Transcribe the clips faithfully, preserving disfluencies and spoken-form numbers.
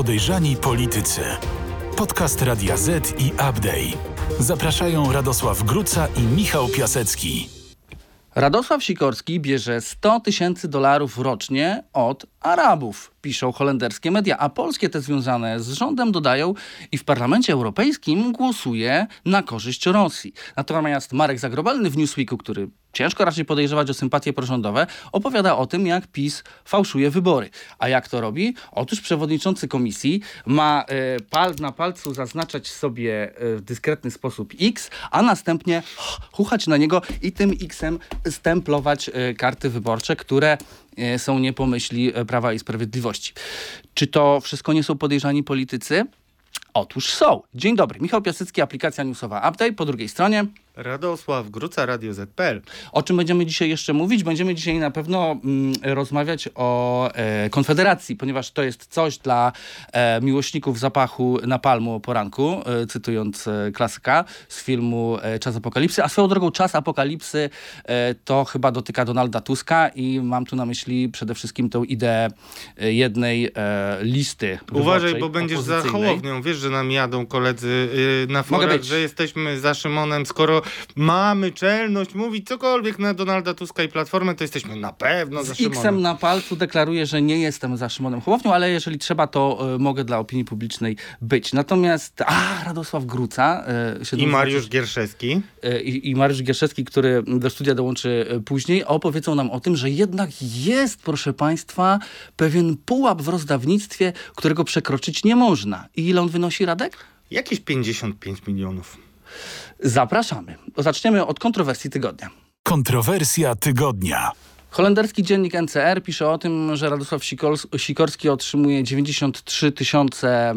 Podejrzani politycy. Podcast Radia Z i Update. Zapraszają Radosław Gruca i Michał Piasecki. Radosław Sikorski bierze sto tysięcy dolarów rocznie od Arabów, piszą holenderskie media, a polskie te związane z rządem dodają i w Parlamencie Europejskim głosuje na korzyść Rosji. Natomiast Marek Zagrobelny w Newsweeku, który ciężko raczej podejrzewać o sympatie prorządowe, opowiada o tym, jak PiS fałszuje wybory. A jak to robi? Otóż przewodniczący komisji ma e, pal na palcu zaznaczać sobie e, w dyskretny sposób X, a następnie chuchać na niego i tym X-em stemplować e, karty wyborcze, które e, są nie po myśli Prawa i Sprawiedliwości. Czy to wszystko nie są podejrzani politycy? Otóż są. Dzień dobry. Michał Piasecki, aplikacja newsowa Update. Po drugiej stronie Radosław Gruca, Radio Z kropka pe el. O czym będziemy dzisiaj jeszcze mówić? Będziemy dzisiaj na pewno mm, rozmawiać o e, Konfederacji, ponieważ to jest coś dla e, miłośników zapachu napalmu o poranku, e, cytując e, klasyka z filmu e, Czas Apokalipsy. A swoją drogą Czas Apokalipsy e, to chyba dotyka Donalda Tuska i mam tu na myśli przede wszystkim tę ideę e, jednej e, listy Uważaj, bo będziesz za Hołownią. Wiesz, że nam jadą koledzy yy, na forach, że jesteśmy za Szymonem, skoro mamy czelność mówić cokolwiek na Donalda Tuska i Platformę, to jesteśmy na pewno za Szymonem. Z X-em na palcu deklaruję, że nie jestem za Szymonem Hołownią, ale jeżeli trzeba, to y, mogę dla opinii publicznej być. Natomiast, a, Radosław Gruca. Y, I Mariusz Gierszewski. Y, I Mariusz Gierszewski, który do studia dołączy y, później, opowiedzą nam o tym, że jednak jest, proszę państwa, pewien pułap w rozdawnictwie, którego przekroczyć nie można. I ile on wynosi, Radek? Jakieś pięćdziesiąt pięć milionów. Zapraszamy. Zaczniemy od kontrowersji tygodnia. Kontrowersja tygodnia. Holenderski dziennik N C R pisze o tym, że Radosław Sikorski otrzymuje dziewięćdziesiąt trzy tysiące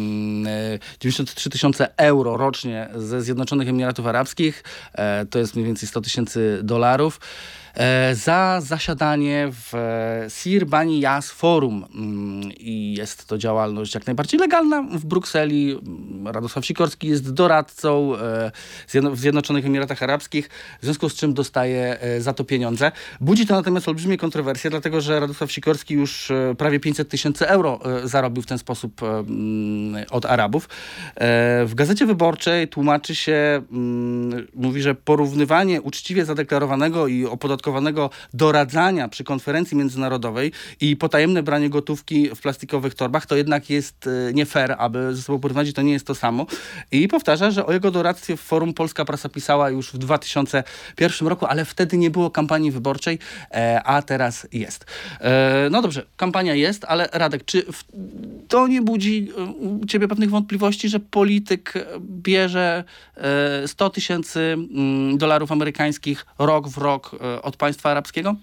euro rocznie ze Zjednoczonych Emiratów Arabskich. E, to jest mniej więcej sto tysięcy dolarów. E, za zasiadanie w Sir Bani Yas Forum. I jest to działalność jak najbardziej legalna w Brukseli. Radosław Sikorski jest doradcą e, w Zjednoczonych Emiratach Arabskich, w związku z czym dostaje e, za to pieniądze. Budzi to natomiast olbrzymie kontrowersje, dlatego że Radosław Sikorski już e, prawie pięćset tysięcy euro e, zarobił w ten sposób e, od Arabów. E, w Gazecie Wyborczej tłumaczy się, m, mówi, że porównywanie uczciwie zadeklarowanego i opodatkowanego doradzania przy konferencji międzynarodowej i potajemne branie gotówki w plastikowych torbach to jednak jest e, nie fair, aby ze sobą porównać, to nie jest to samo. I powtarza, że o jego doradztwie w forum polska prasa pisała już w dwa tysiące pierwszym roku, ale wtedy nie było kampanii wyborczej, e, a teraz jest. E, no dobrze, kampania jest, ale Radek, czy w, to nie budzi u ciebie pewnych wątpliwości, że polityk bierze e, sto tysięcy dolarów amerykańskich rok w rok e, od państwa arabskiego?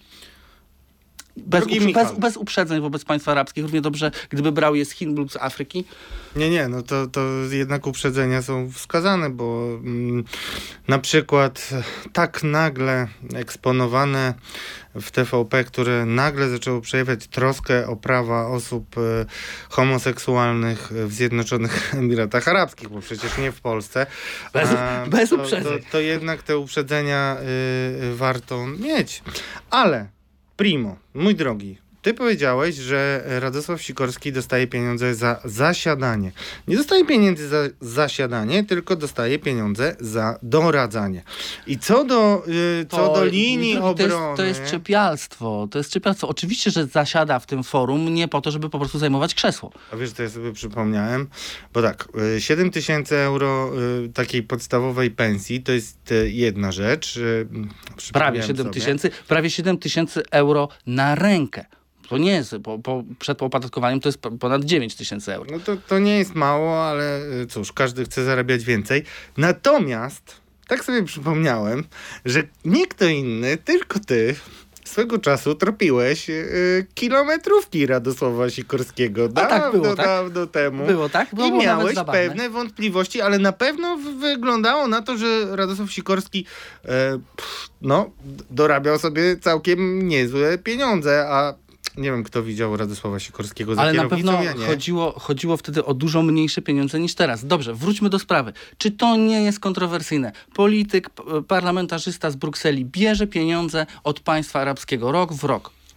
Bez, uprze- bez, bez uprzedzeń wobec państw arabskich. Równie dobrze, gdyby brał je z Chin lub z Afryki? Nie, nie, no to, to jednak uprzedzenia są wskazane, bo mm, na przykład tak nagle eksponowane w T V P, które nagle zaczęło przejawiać troskę o prawa osób y, homoseksualnych w Zjednoczonych Emiratach Arabskich, bo przecież nie w Polsce. Bez, a, bez to, uprzedzeń. To, to jednak te uprzedzenia y, warto mieć. Ale primo, mój drogi, ty powiedziałeś, że Radosław Sikorski dostaje pieniądze za zasiadanie. Nie dostaje pieniędzy za zasiadanie, tylko dostaje pieniądze za doradzanie. I co do, yy, co To, do linii to obrony... jest, to jest czepialstwo. To jest czepialstwo. Oczywiście, że zasiada w tym forum nie po to, żeby po prostu zajmować krzesło. A wiesz, to ja sobie przypomniałem, bo tak, yy, siedem tysięcy euro yy, takiej podstawowej pensji to jest yy, jedna rzecz. Yy, prawie siedem tysięcy, prawie siedem tysięcy euro na rękę. To nie jest, po, po, przed opodatkowaniem to jest ponad dziewięć tysięcy euro. No to, to nie jest mało, ale cóż, każdy chce zarabiać więcej. Natomiast tak sobie przypomniałem, że nie kto inny, tylko ty swego czasu tropiłeś yy, kilometrówki Radosława Sikorskiego. Dawno, tak było, tak? dawno temu. Było tak? Było, I było miałeś pewne wątpliwości, ale na pewno w- wyglądało na to, że Radosław Sikorski yy, pff, no, dorabiał sobie całkiem niezłe pieniądze, a nie wiem, kto widział Radosława Sikorskiego za Ale na kierownicą, pewno ja nie. chodziło, chodziło wtedy o dużo mniejsze pieniądze niż teraz. Dobrze, wróćmy do sprawy. Czy to nie jest kontrowersyjne? Polityk, p- parlamentarzysta z Brukseli bierze pieniądze od państwa arabskiego rok w rok.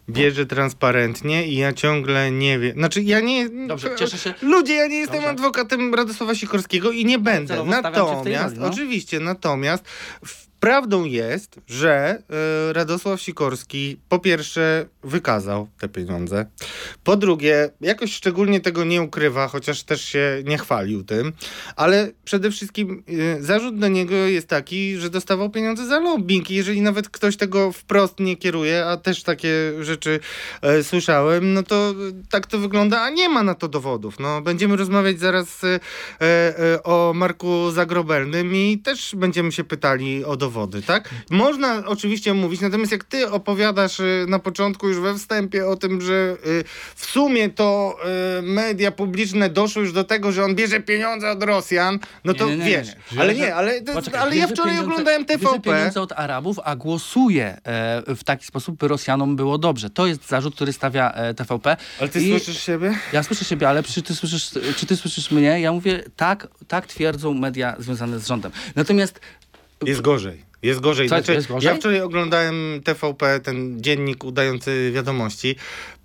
bierze transparentnie i ja ciągle nie wiem. Znaczy ja nie... Dobrze, cieszę się. Ludzie, ja nie jestem Dobrze. adwokatem Radosława Sikorskiego i nie będę. celowo stawiam cię w tej Natomiast, roli, no. oczywiście, natomiast w- prawdą jest, że y, Radosław Sikorski po pierwsze wykazał te pieniądze, po drugie jakoś szczególnie tego nie ukrywa, chociaż też się nie chwalił tym, ale przede wszystkim y, zarzut do niego jest taki, że dostawał pieniądze za lobbying i jeżeli nawet ktoś tego wprost nie kieruje, a też takie rzeczy e, słyszałem, no to e, tak to wygląda, a nie ma na to dowodów. No, będziemy rozmawiać zaraz e, e, o Marku Zagrobelnym i też będziemy się pytali o dowody, tak? Można oczywiście mówić, natomiast jak ty opowiadasz e, na początku już we wstępie o tym, że e, w sumie to e, media publiczne doszły już do tego, że on bierze pieniądze od Rosjan, no to Nie, nie, nie, wiesz. nie, nie. Ale Że- nie, ale, to, Poczekaj, ale ja bierze wczoraj pieniądze- oglądałem T V Bierze P. pieniądze od Arabów, a głosuje e, w taki sposób, by Rosjanom było dobrze. To jest zarzut, który stawia e, T V P. Ale ty I słyszysz siebie? Ja słyszę siebie, ale czy ty słyszysz, czy ty słyszysz mnie? Ja mówię, tak, tak twierdzą media związane z rządem. Natomiast Jest gorzej. Jest gorzej. Co, Znaczy, jest gorzej? Ja wczoraj oglądałem T V P, ten dziennik udający wiadomości.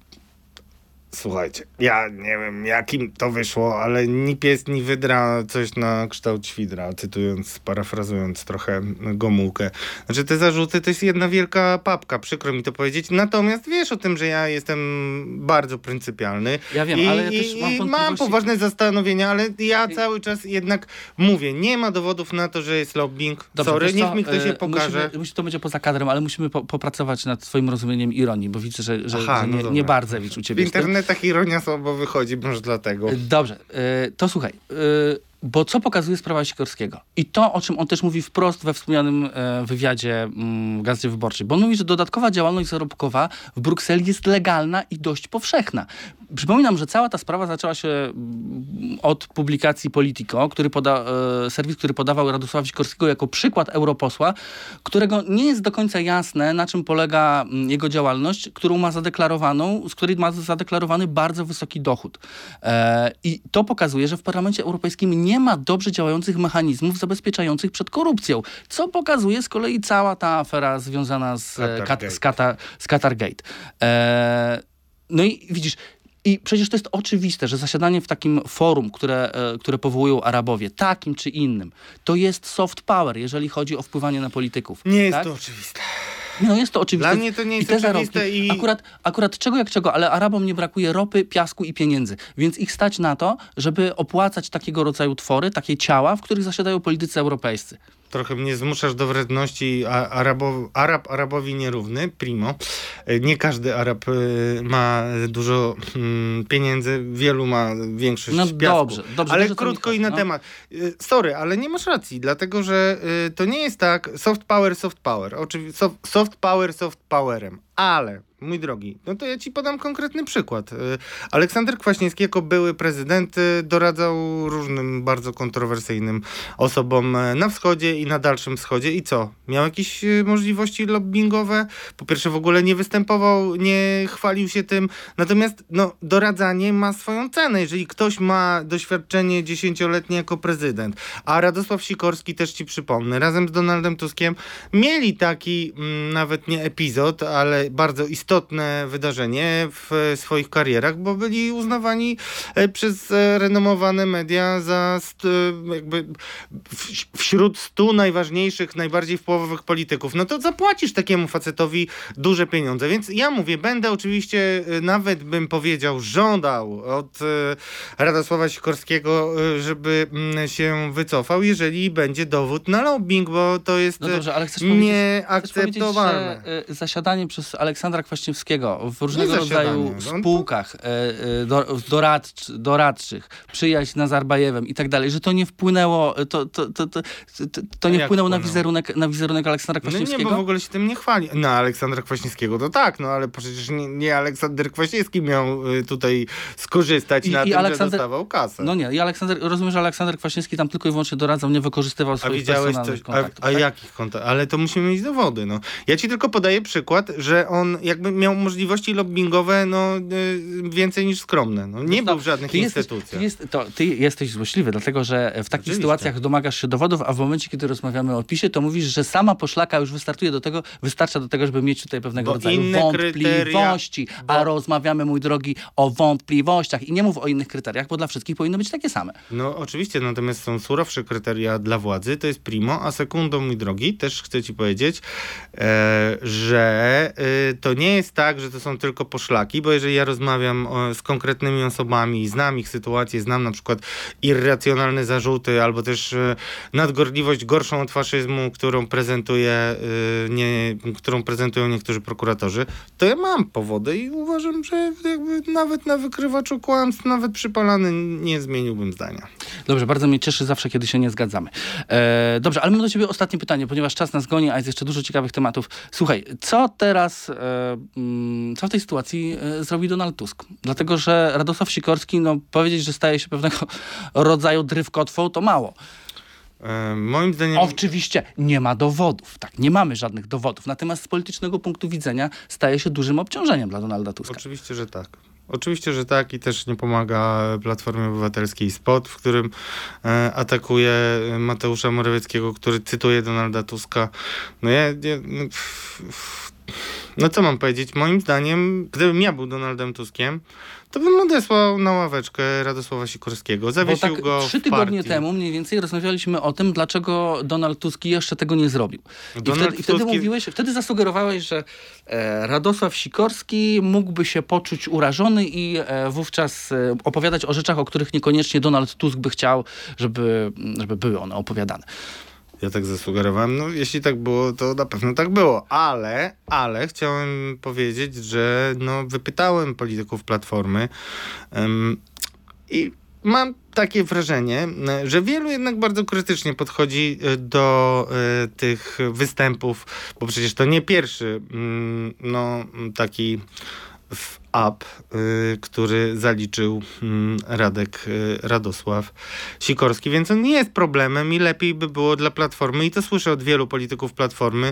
Słuchajcie, ja nie wiem jakim to wyszło, ale ni pies, ni wydra coś na kształt świdra, cytując, parafrazując trochę Gomułkę. Znaczy te zarzuty to jest jedna wielka papka, przykro mi to powiedzieć. Natomiast wiesz o tym, że ja jestem bardzo pryncypialny. Ja wiem, I, ale ja i, też mam i mam wątpliwości. poważne zastanowienia, ale ja cały czas jednak mówię, nie ma dowodów na to, że jest lobbying. Dobrze, Sorry, wiesz niech co, mi ktoś się e, pokaże. Musimy, musimy, to będzie poza kadrem, ale musimy po, popracować nad twoim rozumieniem ironii, bo widzę, że, że, Aha, że no nie, dobra. nie Bardzewicz u W ciebie jest. internetach ironia słabo wychodzi, może dlatego. Dobrze, y, to słuchaj, y, bo co pokazuje sprawa Sikorskiego? I to, o czym on też mówi wprost we wspomnianym e, wywiadzie mm, w Gazecie Wyborczej. Bo on mówi, że dodatkowa działalność zarobkowa w Brukseli jest legalna i dość powszechna. Przypominam, że cała ta sprawa zaczęła się mm, od publikacji Politico, który poda, e, serwis, który podawał Radosława Sikorskiego jako przykład europosła, którego nie jest do końca jasne, na czym polega mm, jego działalność, którą ma zadeklarowaną, z której ma zadeklarowany bardzo wysoki dochód. E, I to pokazuje, że w Parlamencie Europejskim nie ma dobrze działających mechanizmów zabezpieczających przed korupcją, co pokazuje z kolei cała ta afera związana z Qatar Kat, Gate. z Qatar, z Qatargate. E, no i widzisz, i przecież to jest oczywiste, że zasiadanie w takim forum, które, e, które powołują Arabowie, takim czy innym, to jest soft power, jeżeli chodzi o wpływanie na polityków. Nie jest tak? to oczywiste. No jest to oczywiste. Dla mnie to nie jest I te oczywiste zarobki, i- Akurat, akurat czego jak czego, ale Arabom nie brakuje ropy, piasku i pieniędzy. Więc ich stać na to, żeby opłacać takiego rodzaju twory, takie ciała, w których zasiadają politycy europejscy. Trochę mnie zmuszasz do wredności. A, Arabo, Arab Arabowi nierówny, primo. E, Nie każdy Arab e, ma dużo mm, pieniędzy, wielu ma większość No piasku. dobrze, dobrze, ale wiesz, o co mi krótko chodzi, i na no. temat. E, Sorry, ale nie masz racji, dlatego że e, to nie jest tak soft power, soft power. Oczywiście soft, soft power, soft powerem. Ale, mój drogi, no to ja ci podam konkretny przykład. Y, Aleksander Kwaśniewski jako były prezydent y, doradzał różnym bardzo kontrowersyjnym osobom y, na wschodzie i na Dalszym Wschodzie. I co? Miał jakieś y, możliwości lobbyingowe? Po pierwsze w ogóle nie występował, nie chwalił się tym. Natomiast no, doradzanie ma swoją cenę. Jeżeli ktoś ma doświadczenie dziesięcioletnie jako prezydent, a Radosław Sikorski, też ci przypomnę, razem z Donaldem Tuskiem mieli taki mm, nawet nie epizod, ale bardzo istotne wydarzenie w swoich karierach, bo byli uznawani e, przez e, renomowane media za st, e, jakby w, wśród stu najważniejszych, najbardziej wpływowych polityków. No to zapłacisz takiemu facetowi duże pieniądze. Więc ja mówię, będę oczywiście, e, nawet bym powiedział, żądał od e, Radosława Sikorskiego, e, żeby mm, się wycofał, jeżeli będzie dowód na lobbying, bo to jest No e, dobrze, ale chcesz powiedzieć, chcesz powiedzieć, nieakceptowalne. że y, zasiadanie przez Aleksandra Kwaśniewskiego w różnego zasiadanie, rodzaju no on- spółkach y, y, do, doradcz, doradczych, przyjaźń z Nazarbajewem i tak dalej, że to nie wpłynęło, to, to, to, to, to, to nie jak wpłynęło na wpłynęło? wizerunek, na wizerunek Aleksandra No nie, Kwaśniewskiego? bo w ogóle się tym nie chwali. No Aleksandra Kwaśniewskiego to tak, no ale przecież nie, nie Aleksander Kwaśniewski miał y, tutaj skorzystać I- na i tym, Aleksander- że dostawał kasę. No nie, i Aleksander, rozumiem, że Aleksander Kwaśniewski tam tylko i wyłącznie doradzał, nie wykorzystywał A swoich widziałeś personalnych coś? A, kontaktów. a tak? jakich kontaktów? Ale to musimy mieć dowody, no. Ja ci tylko podaję przykład, że on jakby miał możliwości lobbingowe no, więcej niż skromne. No, nie był w żadnych ty instytucjach. Jesteś, ty, jest, to, ty jesteś złośliwy, dlatego że w takich Oczywiście. sytuacjach domagasz się dowodów, a w momencie, kiedy rozmawiamy o PiSie, to mówisz, że sama poszlaka już wystartuje do tego, wystarcza do tego, żeby mieć tutaj pewnego Bo rodzaju inne wątpliwości. kryteria, A bo... rozmawiamy, mój drogi, o wątpliwościach. I nie mów o innych kryteriach, bo dla wszystkich powinno być takie same. No oczywiście, natomiast są surowsze kryteria dla władzy, to jest primo, a sekundą, mój drogi, też chcę ci powiedzieć, e, że e, to nie jest tak, że to są tylko poszlaki, bo jeżeli ja rozmawiam o, z konkretnymi osobami, znam ich sytuację, znam na przykład irracjonalne zarzuty, albo też e, nadgorliwość gorszą od faszyzmu, którą prezentuje, e, nie, którą prezentują niektórzy prokuratorzy, to ja mam powody i uważam, że jakby nawet na wykrywaczu kłamstw, nawet przypalany nie zmieniłbym zdania. Dobrze, bardzo mnie cieszy zawsze, kiedy się nie zgadzamy. E, dobrze, ale mam do ciebie ostatnie pytanie, ponieważ czas nas goni, a jest jeszcze dużo ciekawych tematów. Słuchaj, co teraz, e, mm, co w tej sytuacji e, zrobi Donald Tusk? Dlatego, że Radosław Sikorski, no powiedzieć, że staje się pewnego rodzaju drywkotwą, to mało. E, moim zdaniem... Oczywiście nie ma dowodów, tak, nie mamy żadnych dowodów, natomiast z politycznego punktu widzenia staje się dużym obciążeniem dla Donalda Tuska. Oczywiście, że tak. Oczywiście, że tak i też nie pomaga Platformie Obywatelskiej spot, w którym e, atakuje Mateusza Morawieckiego, który cytuje Donalda Tuska. No ja... ja no, f, f, no co mam powiedzieć? Moim zdaniem, gdybym ja był Donaldem Tuskiem, to bym odesłał na ławeczkę Radosława Sikorskiego. Zawiesił Bo tak go trzy w tygodnie partii. temu mniej więcej rozmawialiśmy o tym, dlaczego Donald Tusk jeszcze tego nie zrobił. I Donald wtedy, i wtedy Tusk... mówiłeś, wtedy zasugerowałeś, że e, Radosław Sikorski mógłby się poczuć urażony i e, wówczas e, opowiadać o rzeczach, o których niekoniecznie Donald Tusk by chciał, żeby, żeby były one opowiadane. Ja tak zasugerowałem. No jeśli tak było, to na pewno tak było. Ale, ale chciałem powiedzieć, że no, wypytałem polityków Platformy um, i mam takie wrażenie, że wielu jednak bardzo krytycznie podchodzi do y, tych występów, bo przecież to nie pierwszy mm, no, taki w up, y, który zaliczył y, Radek y, Radosław Sikorski, więc on nie jest problemem i lepiej by było dla Platformy, i to słyszę od wielu polityków Platformy,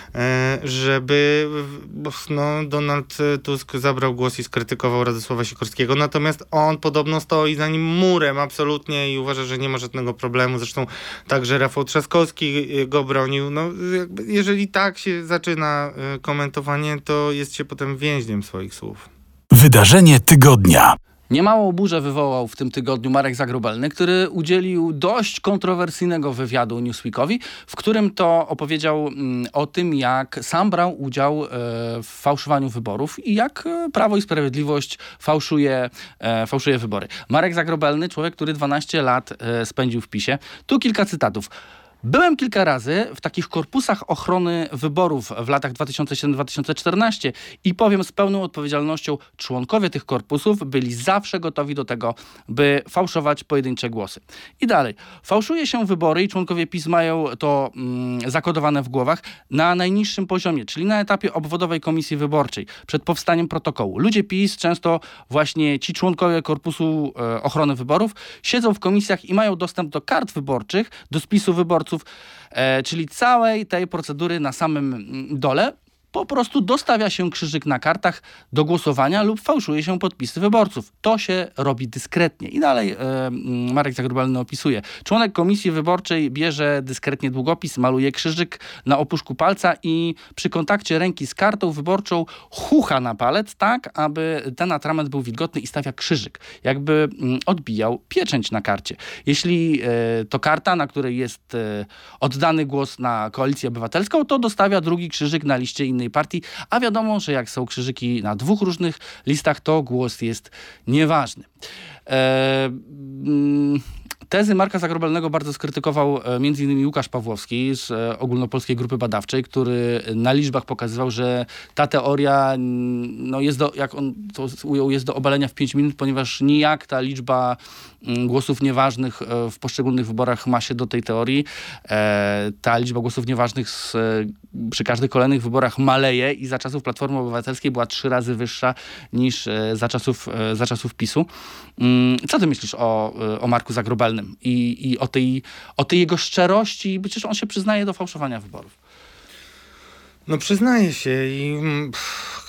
y, żeby bo, no, Donald Tusk zabrał głos i skrytykował Radosława Sikorskiego, natomiast on podobno stoi za nim murem absolutnie i uważa, że nie ma żadnego problemu, zresztą także Rafał Trzaskowski go bronił. No, jakby, jeżeli tak się zaczyna y, komentowanie, to jest się potem więźniem swoich słów. Wydarzenie tygodnia. Niemałą burzę wywołał w tym tygodniu Marek Zagrobelny, który udzielił dość kontrowersyjnego wywiadu Newsweekowi, w którym to opowiedział mm, o tym, jak sam brał udział e, w fałszowaniu wyborów i jak e, Prawo i Sprawiedliwość fałszuje, e, fałszuje wybory. Marek Zagrobelny, człowiek, który dwanaście lat e, spędził w PiSie. Tu kilka cytatów. Byłem kilka razy w takich korpusach ochrony wyborów w latach dwa tysiące siódmy do dwa tysiące czternastego i powiem z pełną odpowiedzialnością, członkowie tych korpusów byli zawsze gotowi do tego, by fałszować pojedyncze głosy. I dalej. Fałszuje się wybory i członkowie PiS mają to mm, zakodowane w głowach na najniższym poziomie, czyli na etapie obwodowej komisji wyborczej, przed powstaniem protokołu. Ludzie PiS, często właśnie ci członkowie korpusu e, ochrony wyborów, siedzą w komisjach i mają dostęp do kart wyborczych, do spisu wyborców, E, czyli całej tej procedury na samym dole. Po prostu dostawia się krzyżyk na kartach do głosowania lub fałszuje się podpisy wyborców. To się robi dyskretnie. I dalej e, Marek Zagrobelny opisuje. Członek komisji wyborczej bierze dyskretnie długopis, maluje krzyżyk na opuszku palca i przy kontakcie ręki z kartą wyborczą chucha na palec tak, aby ten atrament był wilgotny i stawia krzyżyk. Jakby mm, odbijał pieczęć na karcie. Jeśli e, to karta, na której jest e, oddany głos na Koalicję Obywatelską, to dostawia drugi krzyżyk na liście innej partii, a wiadomo, że jak są krzyżyki na dwóch różnych listach, to głos jest nieważny. Eee, mm, Tezy Marka Zagrobelnego bardzo skrytykował między innymi Łukasz Pawłowski z e, Ogólnopolskiej Grupy Badawczej, który na liczbach pokazywał, że ta teoria, no jest do, jak on to ujął, jest do obalenia w pięć minut, ponieważ nijak ta liczba m, głosów nieważnych e, w poszczególnych wyborach ma się do tej teorii. E, ta liczba głosów nieważnych z, e, przy każdych kolejnych wyborach maleje i za czasów Platformy Obywatelskiej była trzy razy wyższa niż e, za czasów, e, za czasów PiSu. Mm, co ty myślisz o, o Marku Zagrobelnym i, i o, tej, o tej jego szczerości? Przecież on się przyznaje do fałszowania wyborów. No przyznaję się i pff,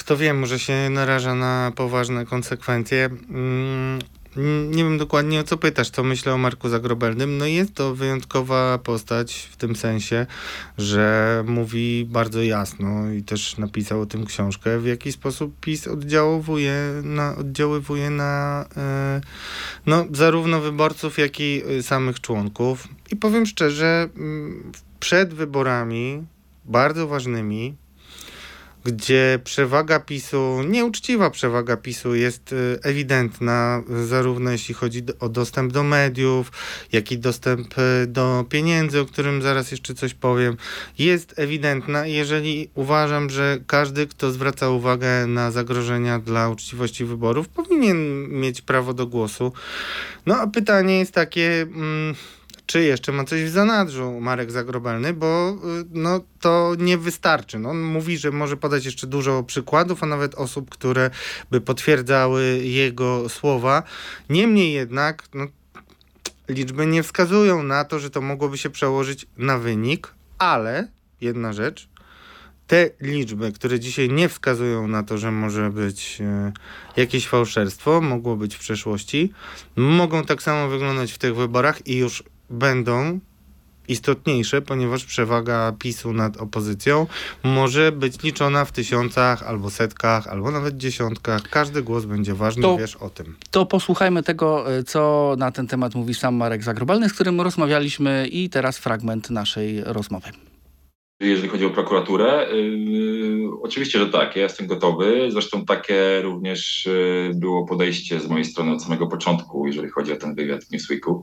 kto wie, może się naraża na poważne konsekwencje. Mm, Nie wiem dokładnie, o co pytasz, co myślę o Marku Zagrobelnym. No jest to wyjątkowa postać w tym sensie, że mówi bardzo jasno i też napisał o tym książkę, w jaki sposób PiS oddziaływuje na, oddziaływuje na e, no, zarówno wyborców, jak i samych członków. I powiem szczerze, przed wyborami bardzo ważnymi, gdzie przewaga PiSu, nieuczciwa przewaga PiSu jest ewidentna, zarówno jeśli chodzi o dostęp do mediów, jak i dostęp do pieniędzy, o którym zaraz jeszcze coś powiem, jest ewidentna. Jeżeli uważam, że każdy, kto zwraca uwagę na zagrożenia dla uczciwości wyborów, powinien mieć prawo do głosu. No a pytanie jest takie... Mm, czy jeszcze ma coś w zanadrzu Marek Zagrobelny, bo no, to nie wystarczy. No, on mówi, że może podać jeszcze dużo przykładów, a nawet osób, które by potwierdzały jego słowa. Niemniej jednak no, liczby nie wskazują na to, że to mogłoby się przełożyć na wynik, ale jedna rzecz, te liczby, które dzisiaj nie wskazują na to, że może być e, jakieś fałszerstwo, mogło być w przeszłości, mogą tak samo wyglądać w tych wyborach i już będą istotniejsze, ponieważ przewaga PiSu nad opozycją może być liczona w tysiącach, albo setkach, albo nawet dziesiątkach. Każdy głos będzie ważny, to, wiesz o tym. To posłuchajmy tego, co na ten temat mówi sam Marek Zagrobelny, z którym rozmawialiśmy i teraz fragment naszej rozmowy. Jeżeli chodzi o prokuraturę, yy, oczywiście, że tak, ja jestem gotowy. Zresztą takie również yy, było podejście z mojej strony od samego początku, jeżeli chodzi o ten wywiad w Newsweeku.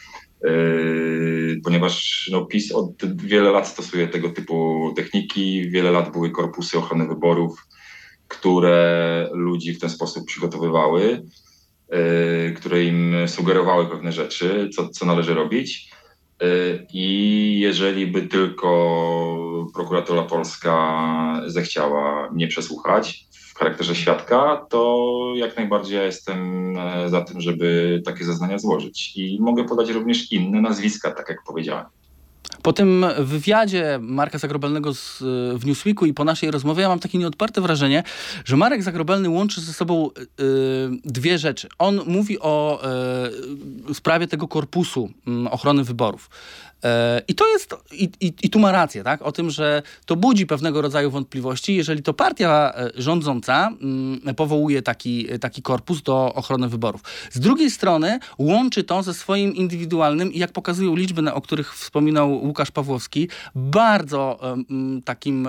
Yy, ponieważ no, PiS od wiele lat stosuje tego typu techniki, wiele lat były korpusy ochrony wyborów, które ludzi w ten sposób przygotowywały, yy, które im sugerowały pewne rzeczy, co, co należy robić. Yy, I jeżeli by tylko prokuratura polska zechciała mnie przesłuchać w charakterze świadka, to jak najbardziej ja jestem za tym, żeby takie zeznania złożyć. I mogę podać również inne nazwiska, tak jak powiedziałem. Po tym wywiadzie Marka Zagrobelnego z, w Newsweeku i po naszej rozmowie ja mam takie nieodparte wrażenie, że Marek Zagrobelny łączy ze sobą y, dwie rzeczy. On mówi o y, sprawie tego korpusu y, ochrony wyborów. I to jest, i, i, i tu ma rację, tak? O tym, że to budzi pewnego rodzaju wątpliwości, jeżeli to partia rządząca mm, powołuje taki, taki korpus do ochrony wyborów. Z drugiej strony łączy to ze swoim indywidualnym i jak pokazują liczby, o których wspominał Łukasz Pawłowski, bardzo mm, takim...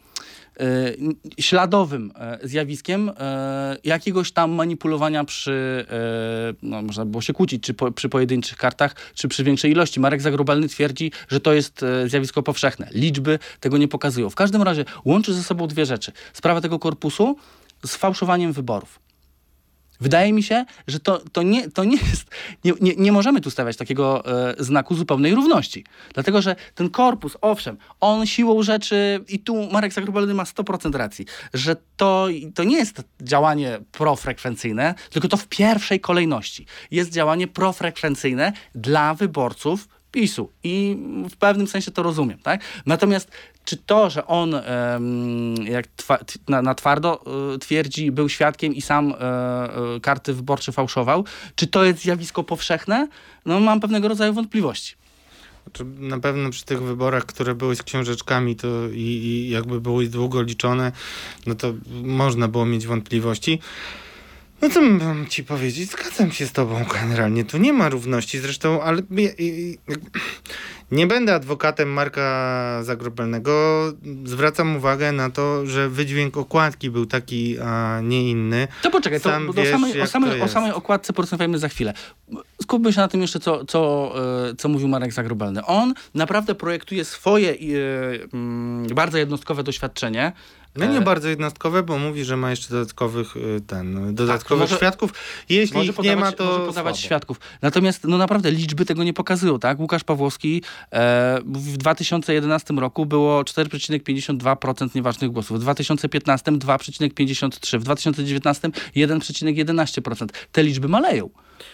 śladowym zjawiskiem jakiegoś tam manipulowania przy, no można było się kłócić, czy po, przy pojedynczych kartach, czy przy większej ilości. Marek Zagrobelny twierdzi, że to jest zjawisko powszechne. Liczby tego nie pokazują. W każdym razie łączy ze sobą dwie rzeczy. Sprawa tego korpusu z fałszowaniem wyborów. Wydaje mi się, że to, to, nie, to nie jest... Nie, nie, nie możemy tu stawiać takiego e, znaku zupełnej równości. Dlatego, że ten korpus, owszem, on siłą rzeczy, i tu Marek Zagrobelny ma sto procent racji, że to, to nie jest działanie profrekwencyjne, tylko to w pierwszej kolejności jest działanie profrekwencyjne dla wyborców PiSu. I w pewnym sensie to rozumiem, tak? Natomiast czy to, że on um, jak twa, na, na twardo y, twierdzi, był świadkiem i sam y, y, karty wyborcze fałszował, czy to jest zjawisko powszechne? No mam pewnego rodzaju wątpliwości. Znaczy, na pewno przy tych wyborach, które były z książeczkami to i, i jakby były długo liczone, no to można było mieć wątpliwości. No co mam ci powiedzieć? Zgadzam się z tobą generalnie. Tu nie ma równości zresztą, ale ja, ja, nie będę adwokatem Marka Zagrobelnego. Zwracam uwagę na to, że wydźwięk okładki był taki, a nie inny. To poczekaj, to, Sam do wiesz, samej, o, samej, to o samej okładce porozmawiamy za chwilę. Skupmy się na tym jeszcze, co, co, co mówił Marek Zagrobelny. On naprawdę projektuje swoje yy, yy, bardzo jednostkowe doświadczenie. No nie bardzo jednostkowe, bo mówi, że ma jeszcze dodatkowych ten, dodatkowych tak, może, świadków. Jeśli ich podawać, nie ma, to może podawać słabo. świadków. Natomiast no naprawdę liczby tego nie pokazują, tak? Łukasz Pawłowski e, w dwa tysiące jedenastym roku było cztery przecinek pięćdziesiąt dwa procent nieważnych głosów. W dwa tysiące piętnastym dwa przecinek pięćdziesiąt trzy procent. W dwa tysiące dziewiętnastym jeden przecinek jedenaście procent. Te liczby maleją.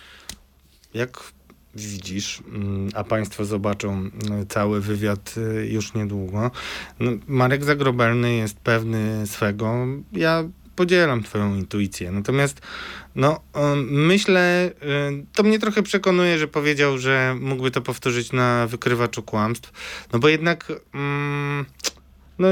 Jak widzisz, a państwo zobaczą cały wywiad już niedługo. No, Marek Zagrobelny jest pewny swego. Ja podzielam twoją intuicję. Natomiast no, myślę, to mnie trochę przekonuje, że powiedział, że mógłby to powtórzyć na Wykrywaczu Kłamstw. No bo jednak mm, no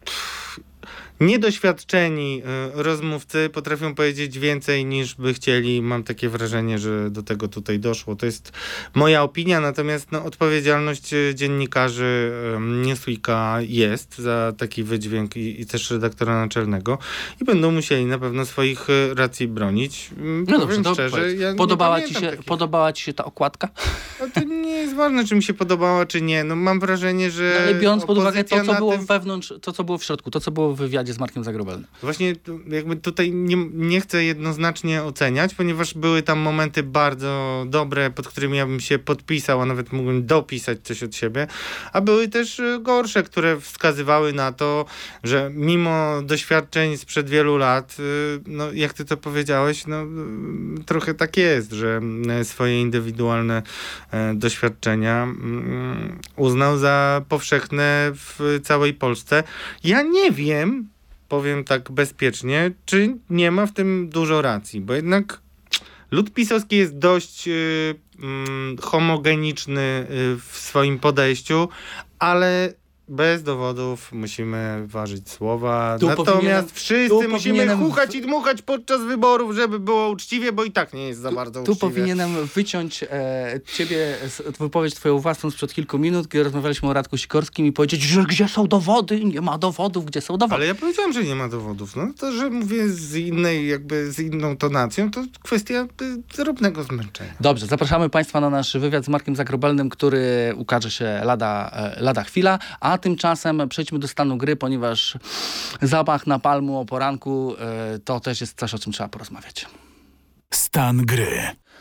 niedoświadczeni rozmówcy potrafią powiedzieć więcej niż by chcieli. Mam takie wrażenie, że do tego tutaj doszło. To jest moja opinia, natomiast no, odpowiedzialność dziennikarzy Newsweeka jest za taki wydźwięk i, i też redaktora naczelnego i będą musieli na pewno swoich racji bronić. No dobrze, to szczerze, ja podobała, ci się, takich... podobała ci się ta okładka? No to nie jest ważne, czy mi się podobała, czy nie. No mam wrażenie, że no, ale biorąc pod uwagę to, co było tym... wewnątrz, to, co było w środku, to, co było w wywiadzie z Markiem Zagrobelnym. Właśnie jakby tutaj nie, nie chcę jednoznacznie oceniać, ponieważ były tam momenty bardzo dobre, pod którymi ja bym się podpisał, a nawet mógłbym dopisać coś od siebie, a były też gorsze, które wskazywały na to, że mimo doświadczeń sprzed wielu lat, no jak ty to powiedziałeś, no trochę tak jest, że swoje indywidualne doświadczenia uznał za powszechne w całej Polsce. Ja nie wiem, powiem tak bezpiecznie, czy nie ma w tym dużo racji, bo jednak lud pisowski jest dość y, y, homogeniczny y, w swoim podejściu, ale bez dowodów musimy ważyć słowa. Tu Natomiast wszyscy musimy powinienem... chuchać i dmuchać podczas wyborów, żeby było uczciwie, bo i tak nie jest za tu, bardzo tu uczciwie. Tu powinienem wyciąć e, ciebie, z, wypowiedź twoją własną sprzed kilku minut, kiedy rozmawialiśmy o Radku Sikorskim i powiedzieć, że gdzie są dowody? Nie ma dowodów, gdzie są dowody? Ale ja powiedziałem, że nie ma dowodów. No to, że mówię z innej, jakby z inną tonacją, to kwestia drobnego zmęczenia. Dobrze, zapraszamy państwa na nasz wywiad z Markiem Zagrobelnym, który ukaże się lada, lada chwila, a tymczasem przejdźmy do stanu gry, ponieważ zapach napalmu o poranku to też jest coś, o czym trzeba porozmawiać. Stan gry.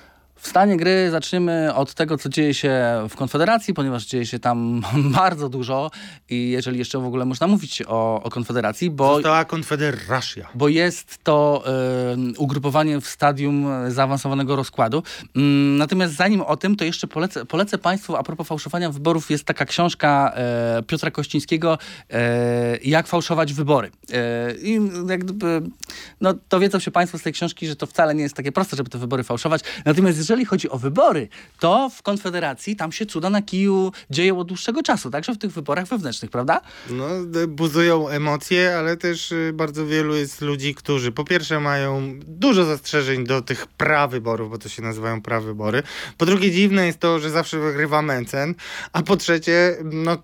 W stanie gry zaczniemy od tego, co dzieje się w Konfederacji, ponieważ dzieje się tam bardzo dużo i jeżeli jeszcze w ogóle można mówić o, o Konfederacji, bo... Została Konfederacja. Bo jest to y, ugrupowanie w stadium zaawansowanego rozkładu. Y, natomiast zanim o tym, to jeszcze polecę, polecę państwu, a propos fałszowania wyborów, jest taka książka y, Piotra Kościńskiego y, Jak fałszować wybory. Y, I jak gdyby, no, dowiedzą się państwo z tej książki, że to wcale nie jest takie proste, żeby te wybory fałszować. Natomiast jeżeli chodzi o wybory, to w Konfederacji tam się cuda na kiju dzieją od dłuższego czasu, także w tych wyborach wewnętrznych, prawda? No, buzują emocje, ale też bardzo wielu jest ludzi, którzy po pierwsze mają dużo zastrzeżeń do tych prawyborów, bo to się nazywają prawybory. Po drugie dziwne jest to, że zawsze wygrywa Mencen, a po trzecie, no...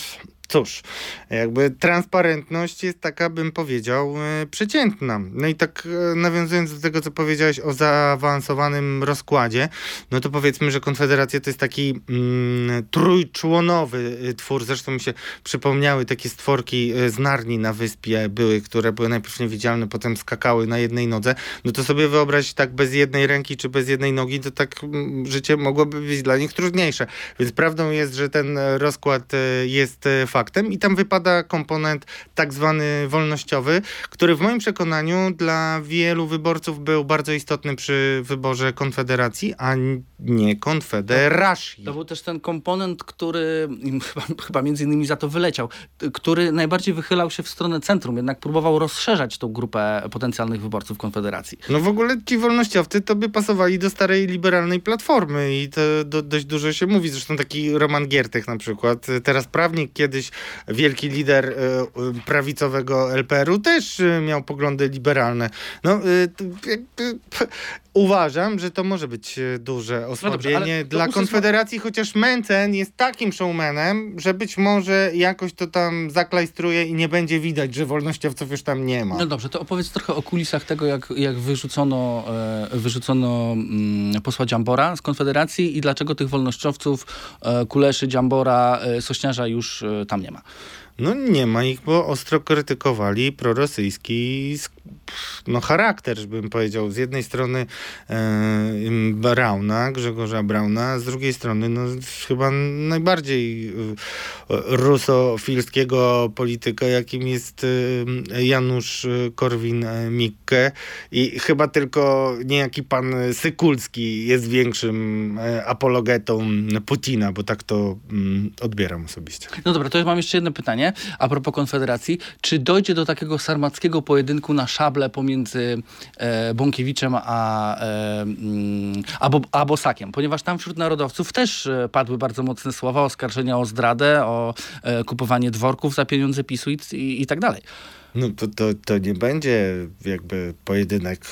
Cóż, jakby transparentność jest taka, bym powiedział, yy, przeciętna. No i tak yy, nawiązując do tego, co powiedziałeś o zaawansowanym rozkładzie, no to powiedzmy, że Konfederacja to jest taki yy, trójczłonowy yy, twór. Zresztą mi się przypomniały takie stworki yy, z Narni na wyspie były, które były najpierw niewidzialne, potem skakały na jednej nodze. No to sobie wyobraź tak bez jednej ręki czy bez jednej nogi, to tak yy, życie mogłoby być dla nich trudniejsze. Więc prawdą jest, że ten rozkład yy, jest yy, faktem i tam wypada komponent tak zwany wolnościowy, który w moim przekonaniu dla wielu wyborców był bardzo istotny przy wyborze Konfederacji, a nie Konfederacji. To był też ten komponent, który chyba, chyba między innymi za to wyleciał, który najbardziej wychylał się w stronę centrum, jednak próbował rozszerzać tą grupę potencjalnych wyborców Konfederacji. No w ogóle ci wolnościowcy to by pasowali do starej liberalnej Platformy i to do, dość dużo się mówi. Zresztą taki Roman Giertych na przykład, teraz prawnik, kiedyś wielki lider y, prawicowego L P R u też y, miał poglądy liberalne. No, y, y, y, y, uważam, że to może być duże osłabienie no dobrze, dla Konfederacji, chociaż Mencen jest takim showmanem, że być może jakoś to tam zaklajstruje i nie będzie widać, że wolnościowców już tam nie ma. No dobrze, to opowiedz trochę o kulisach tego, jak, jak wyrzucono, e, wyrzucono mm, posła Dziambora z Konfederacji i dlaczego tych wolnościowców, e, Kuleszy, Dziambora, e, Sośniarza już e, tam nie ma. No nie ma ich, bo ostro krytykowali prorosyjski no, charakter, bym powiedział. Z jednej strony e, Brauna, Grzegorza Brauna, z drugiej strony no, chyba najbardziej rusofilskiego polityka, jakim jest Janusz Korwin-Mikke i chyba tylko niejaki pan Sykulski jest większym apologetą Putina, bo tak to odbieram osobiście. No dobra, to ja mam jeszcze jedno pytanie a propos Konfederacji. Czy dojdzie do takiego sarmackiego pojedynku na szable pomiędzy e, Bąkiewiczem a, e, mm, a, Bo, a Bosakiem? Ponieważ tam wśród narodowców też e, padły bardzo mocne słowa, oskarżenia o zdradę, o e, kupowanie dworków za pieniądze PiSu i, i, i tak dalej. No to, to, to nie będzie jakby pojedynek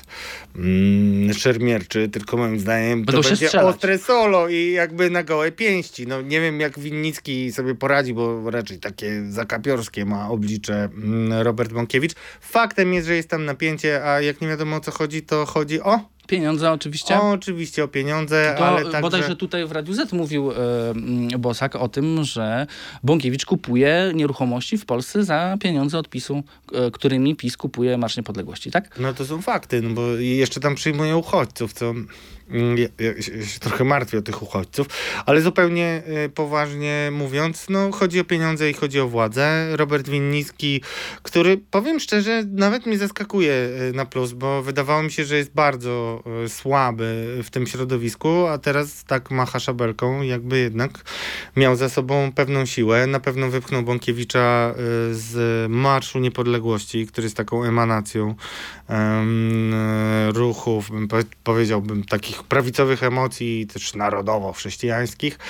mm, szermierczy, tylko moim zdaniem Będą to się będzie strzelać. ostre solo i jakby na gołe pięści. No nie wiem jak Winnicki sobie poradzi, bo raczej takie zakapiorskie ma oblicze mm, Robert Bąkiewicz. Faktem jest, że jest tam napięcie, a jak nie wiadomo o co chodzi, to chodzi o... Pieniądze oczywiście. O, oczywiście o pieniądze, To ale także... bodajże tutaj w Radiu Z mówił e, mm, Bosak o tym, że Bąkiewicz kupuje nieruchomości w Polsce za pieniądze od PiSu, e, którymi PiS kupuje Marsz Niepodległości, tak? No to są fakty, no bo jeszcze tam przyjmują uchodźców, co ja, ja się trochę martwię o tych uchodźców, ale zupełnie y, poważnie mówiąc, no chodzi o pieniądze i chodzi o władzę. Robert Winnicki, który powiem szczerze, nawet mnie zaskakuje y, na plus, bo wydawało mi się, że jest bardzo y, słaby w tym środowisku, a teraz tak macha szabelką, jakby jednak miał za sobą pewną siłę. Na pewno wypchnął Bąkiewicza y, z Marszu Niepodległości, który jest taką emanacją um, ruchów, bym po- powiedziałbym, takich prawicowych emocji, też narodowo-chrześcijańskich.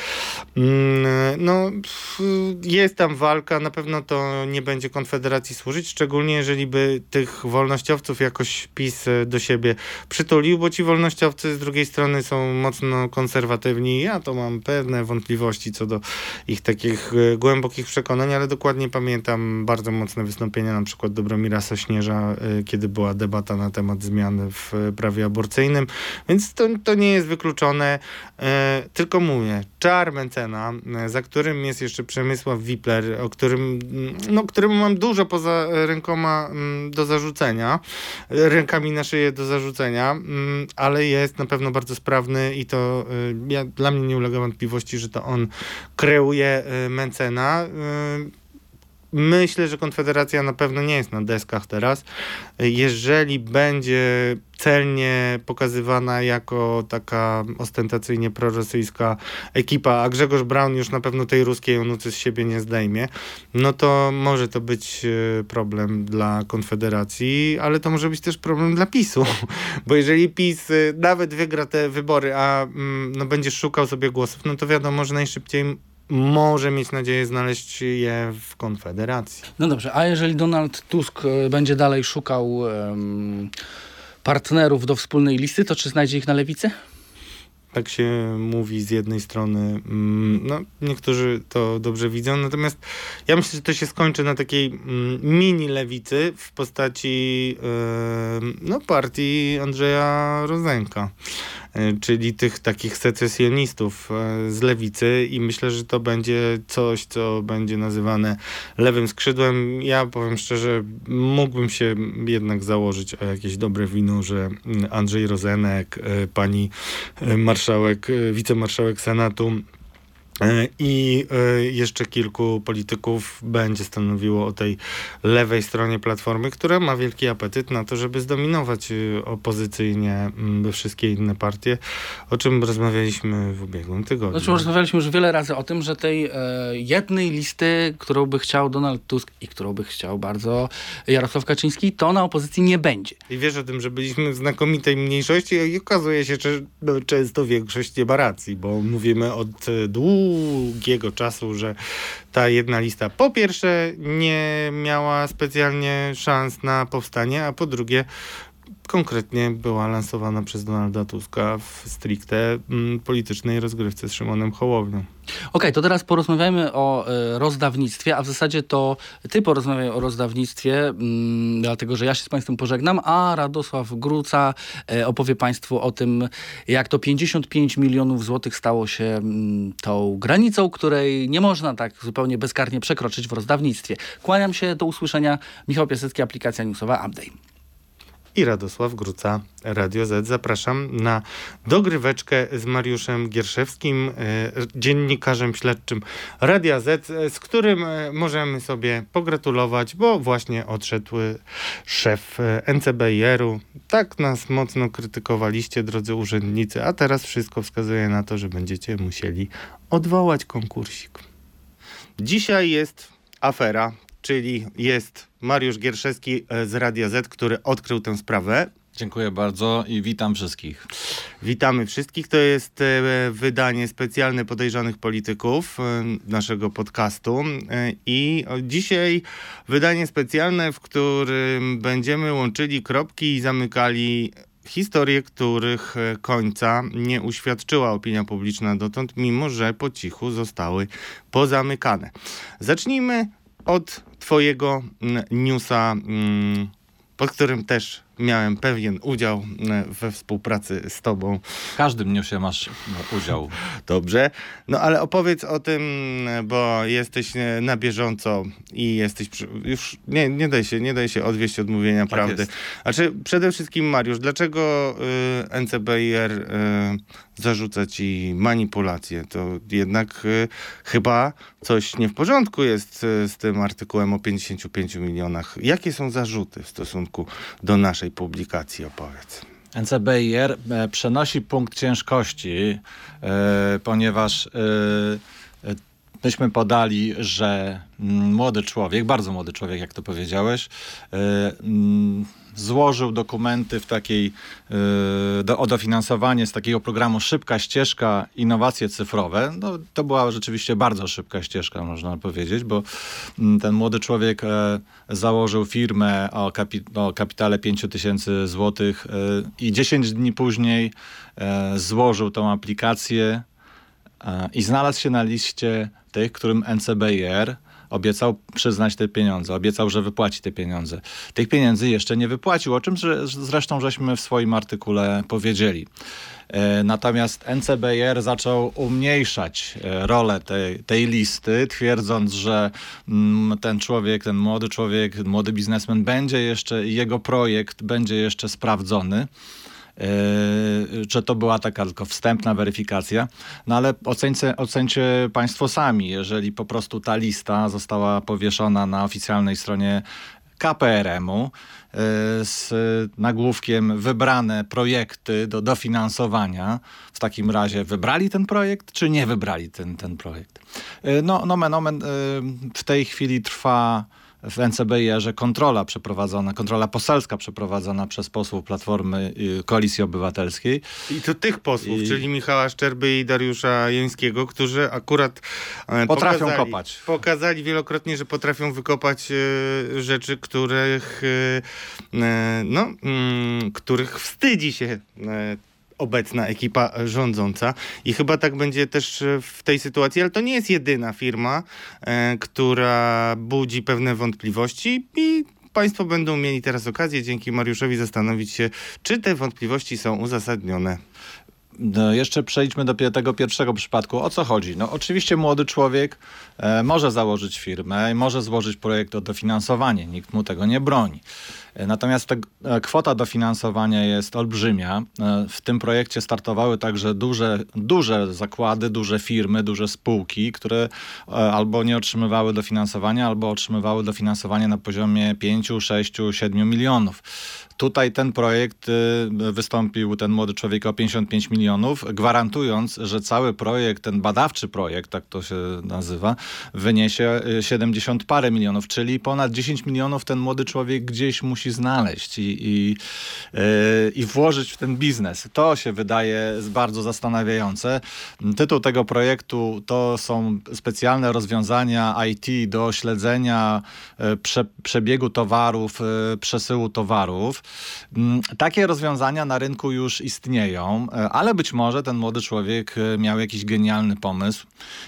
No, jest tam walka, na pewno to nie będzie Konfederacji służyć, szczególnie jeżeli by tych wolnościowców jakoś PiS do siebie przytulił, bo ci wolnościowcy z drugiej strony są mocno konserwatywni. Ja to mam pewne wątpliwości co do ich takich głębokich przekonań, ale dokładnie pamiętam bardzo mocne wystąpienia na przykład Dobromira Sośnierza, kiedy była debata na temat zmian w prawie aborcyjnym, więc to, to nie jest wykluczone. E, tylko mówię, czar Mencena, e, za którym jest jeszcze Przemysław Wipler, o którym, no, któremu mam dużo poza rękoma m, do zarzucenia, rękami na szyję do zarzucenia, m, ale jest na pewno bardzo sprawny i to e, ja, dla mnie nie ulega wątpliwości, że to on kreuje e, Mencena. E, Myślę, że Konfederacja na pewno nie jest na deskach teraz. Jeżeli będzie celnie pokazywana jako taka ostentacyjnie prorosyjska ekipa, a Grzegorz Braun już na pewno tej ruskiej onucy z siebie nie zdejmie, no to może to być problem dla Konfederacji, ale to może być też problem dla PiSu, bo jeżeli PiS nawet wygra te wybory, a no, będzie szukał sobie głosów, no to wiadomo, że najszybciej może mieć nadzieję znaleźć je w Konfederacji. No dobrze, a jeżeli Donald Tusk e, będzie dalej szukał em, partnerów do wspólnej listy, to czy znajdzie ich na lewicy? Tak się mówi z jednej strony, no niektórzy to dobrze widzą, natomiast ja myślę, że to się skończy na takiej mini lewicy w postaci no, partii Andrzeja Rozenka, czyli tych takich secesjonistów z lewicy i myślę, że to będzie coś, co będzie nazywane lewym skrzydłem. Ja powiem szczerze, mógłbym się jednak założyć o jakieś dobre wino, że Andrzej Rozenek, pani marszałek, wicemarszałek Senatu i jeszcze kilku polityków będzie stanowiło o tej lewej stronie Platformy, która ma wielki apetyt na to, żeby zdominować opozycyjnie wszystkie inne partie, o czym rozmawialiśmy w ubiegłym tygodniu. Znaczy, rozmawialiśmy już wiele razy o tym, że tej e, jednej listy, którą by chciał Donald Tusk i którą by chciał bardzo Jarosław Kaczyński, to na opozycji nie będzie. I wiesz o tym, że byliśmy w znakomitej mniejszości i okazuje się, że no, często większość nie ma racji, bo mówimy od długiego czasu, że ta jedna lista po pierwsze nie miała specjalnie szans na powstanie, a po drugie konkretnie była lansowana przez Donalda Tuska w stricte mm, politycznej rozgrywce z Szymonem Hołownią. Okej, okay, to teraz porozmawiajmy o y, rozdawnictwie, a w zasadzie to ty porozmawiaj o rozdawnictwie, mm, dlatego że ja się z państwem pożegnam, a Radosław Gruca y, opowie państwu o tym, jak to pięćdziesiąt pięć milionów złotych stało się mm, tą granicą, której nie można tak zupełnie bezkarnie przekroczyć w rozdawnictwie. Kłaniam się, do usłyszenia. Michał Piasecki, Aplikacja Newsowa Update. i Radosław Gruca, Radio Z. Zapraszam na dogryweczkę z Mariuszem Gierszewskim, dziennikarzem śledczym Radia Z, z którym możemy sobie pogratulować, bo właśnie odszedł szef N C B I R-u. Tak nas mocno krytykowaliście, drodzy urzędnicy, a teraz wszystko wskazuje na to, że będziecie musieli odwołać konkursik. Dzisiaj jest afera, czyli jest Mariusz Gierszewski z Radia Z, który odkrył tę sprawę. Dziękuję bardzo i witam wszystkich. Witamy wszystkich. To jest wydanie specjalne Podejrzanych Polityków naszego podcastu i dzisiaj wydanie specjalne, w którym będziemy łączyli kropki i zamykali historie, których końca nie uświadczyła opinia publiczna dotąd, mimo że po cichu zostały pozamykane. Zacznijmy od twojego newsa, pod którym też miałem pewien udział we współpracy z tobą. W każdym newsie masz udział. Dobrze. No ale opowiedz o tym, bo jesteś na bieżąco i jesteś przy... już nie, nie daj się, nie daj się odwieść od mówienia tak prawdy. Jest. Znaczy, przede wszystkim Mariusz, dlaczego y, N C B I R y, zarzuca ci manipulację? To jednak y, chyba coś nie w porządku jest y, z tym artykułem o pięćdziesięciu pięciu milionach. Jakie są zarzuty w stosunku do naszej publikacji? Opowiedz. N C B I R e, przenosi punkt ciężkości, e, ponieważ e, e, myśmy podali, że m, młody człowiek, bardzo młody człowiek, jak to powiedziałeś, e, m, złożył dokumenty w takiej, y, do, o dofinansowanie z takiego programu Szybka Ścieżka Innowacje Cyfrowe. No, to była rzeczywiście bardzo szybka ścieżka, można powiedzieć, bo m, ten młody człowiek e, założył firmę o, kapi, o kapitale pięć tysięcy złotych e, i dziesięć dni później e, złożył tą aplikację e, i znalazł się na liście tych, którym N C B I R obiecał przyznać te pieniądze, obiecał, że wypłaci te pieniądze. Tych pieniędzy jeszcze nie wypłacił, o czym zresztą żeśmy w swoim artykule powiedzieli. E, natomiast N C B I R zaczął umniejszać e, rolę tej, tej listy, twierdząc, że mm, ten człowiek, ten młody człowiek, młody biznesmen będzie jeszcze, jego projekt będzie jeszcze sprawdzony. Yy, że to była taka tylko wstępna weryfikacja. No ale oceńcie, oceńcie państwo sami, jeżeli po prostu ta lista została powieszona na oficjalnej stronie K P R M-u yy, z nagłówkiem wybrane projekty do dofinansowania. W takim razie wybrali ten projekt, czy nie wybrali ten, ten projekt? Yy, no, nomen omen, yy, w tej chwili trwa w N C B I R-ze kontrola przeprowadzona, kontrola poselska przeprowadzona przez posłów Platformy y, Koalicji Obywatelskiej. I to tych posłów, I... czyli Michała Szczerby i Dariusza Jońskiego, którzy akurat e, potrafią pokazali, kopać. Pokazali wielokrotnie, że potrafią wykopać e, rzeczy, których e, e, no, mm, których wstydzi się e, obecna ekipa rządząca i chyba tak będzie też w tej sytuacji, ale to nie jest jedyna firma, e, która budzi pewne wątpliwości i państwo będą mieli teraz okazję dzięki Mariuszowi zastanowić się, czy te wątpliwości są uzasadnione. No, jeszcze przejdźmy do tego pierwszego przypadku. O co chodzi? No oczywiście młody człowiek e, może założyć firmę i może złożyć projekt o dofinansowanie. Nikt mu tego nie broni. E, natomiast ta e, kwota dofinansowania jest olbrzymia. E, w tym projekcie startowały także duże, duże zakłady, duże firmy, duże spółki, które e, albo nie otrzymywały dofinansowania, albo otrzymywały dofinansowanie na poziomie pięć, sześć, siedem milionów. Tutaj ten projekt y, wystąpił, ten młody człowiek o pięćdziesiąt pięć milionów, gwarantując, że cały projekt, ten badawczy projekt, tak to się nazywa, wyniesie siedemdziesiąt parę milionów, czyli ponad dziesięć milionów ten młody człowiek gdzieś musi znaleźć i, i, y, i włożyć w ten biznes. To się wydaje bardzo zastanawiające. Tytuł tego projektu to są specjalne rozwiązania I T do śledzenia y, prze, przebiegu towarów, y, przesyłu towarów. Takie rozwiązania na rynku już istnieją, ale być może ten młody człowiek miał jakiś genialny pomysł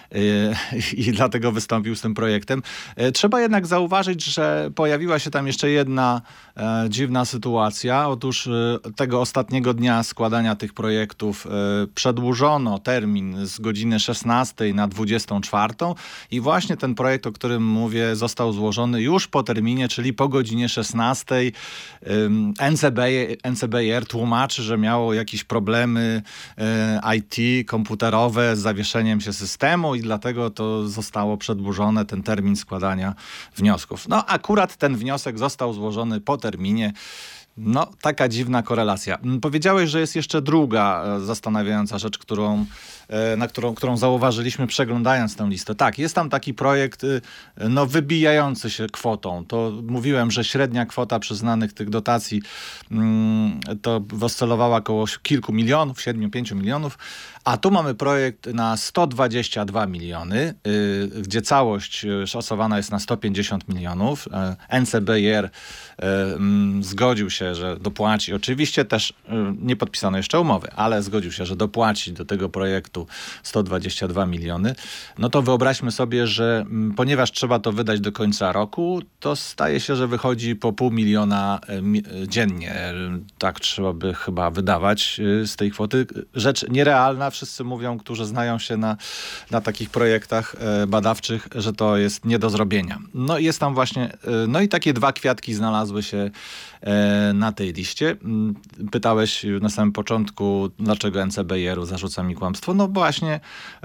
i dlatego wystąpił z tym projektem. Trzeba jednak zauważyć, że pojawiła się tam jeszcze jedna e, dziwna sytuacja. Otóż e, tego ostatniego dnia składania tych projektów e, przedłużono termin z godziny szesnastej na dwudziestą czwartą i właśnie ten projekt, o którym mówię, został złożony już po terminie, czyli po godzinie szesnastej. N C B, N C B I R tłumaczy, że miało jakieś problemy e, I T, komputerowe z zawieszeniem się systemu i dlatego to zostało przedłużone, ten termin składania wniosków. No akurat ten wniosek został złożony po terminie. No, taka dziwna korelacja. Powiedziałeś, że jest jeszcze druga e, zastanawiająca rzecz, którą, e, na którą, którą zauważyliśmy przeglądając tę listę. Tak, jest tam taki projekt e, no, wybijający się kwotą. To mówiłem, że średnia kwota przyznanych tych dotacji mm, to oscylowała około kilku milionów, siedmiu, pięciu milionów, a tu mamy projekt na sto dwadzieścia dwa miliony, y, gdzie całość szacowana jest na sto pięćdziesiąt milionów. E, N C B I R y, y, zgodził się, że dopłaci. Oczywiście też y, nie podpisano jeszcze umowy, ale zgodził się, że dopłaci do tego projektu sto dwadzieścia dwa miliony. No to wyobraźmy sobie, że y, ponieważ trzeba to wydać do końca roku, to staje się, że wychodzi po pół miliona y, dziennie. Tak trzeba by chyba wydawać y, z tej kwoty. Rzecz nierealna. Wszyscy mówią, którzy znają się na, na takich projektach y, badawczych, że to jest nie do zrobienia. No i jest tam właśnie, y, no i takie dwa kwiatki znalazły się y, na tej liście. Pytałeś na samym początku, dlaczego N C B I R-u zarzuca mi kłamstwo. No właśnie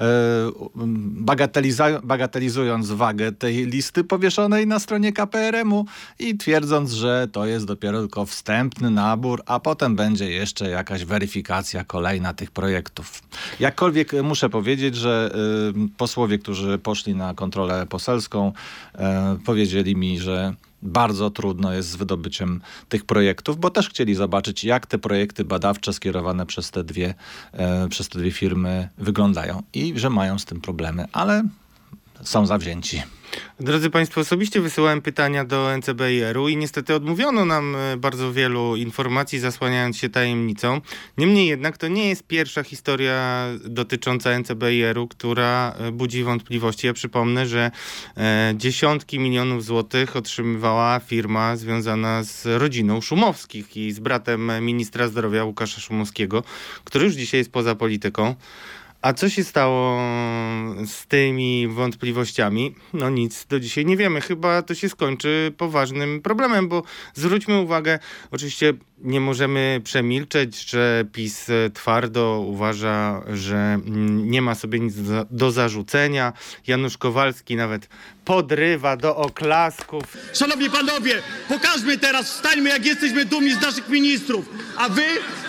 bagateliza- bagatelizując wagę tej listy powieszonej na stronie K P R M-u i twierdząc, że to jest dopiero tylko wstępny nabór, a potem będzie jeszcze jakaś weryfikacja kolejna tych projektów. Jakkolwiek muszę powiedzieć, że posłowie, którzy poszli na kontrolę poselską, powiedzieli mi, że bardzo trudno jest z wydobyciem tych projektów, bo też chcieli zobaczyć, jak te projekty badawcze skierowane przez te dwie, e, przez te dwie firmy wyglądają i że mają z tym problemy, ale są zawzięci. Drodzy Państwo, osobiście wysyłałem pytania do N C B I R-u i niestety odmówiono nam bardzo wielu informacji, zasłaniając się tajemnicą. Niemniej jednak to nie jest pierwsza historia dotycząca N C B I R-u, która budzi wątpliwości. Ja przypomnę, że e, dziesiątki milionów złotych otrzymywała firma związana z rodziną Szumowskich i z bratem ministra zdrowia Łukasza Szumowskiego, który już dzisiaj jest poza polityką. A co się stało z tymi wątpliwościami? No nic, do dzisiaj nie wiemy. Chyba to się skończy poważnym problemem, bo zwróćmy uwagę, oczywiście nie możemy przemilczeć, że PiS twardo uważa, że nie ma sobie nic do, do zarzucenia. Janusz Kowalski nawet podrywa do oklasków. Szanowni panowie, pokażmy teraz, wstańmy jak jesteśmy dumni z naszych ministrów. A wy?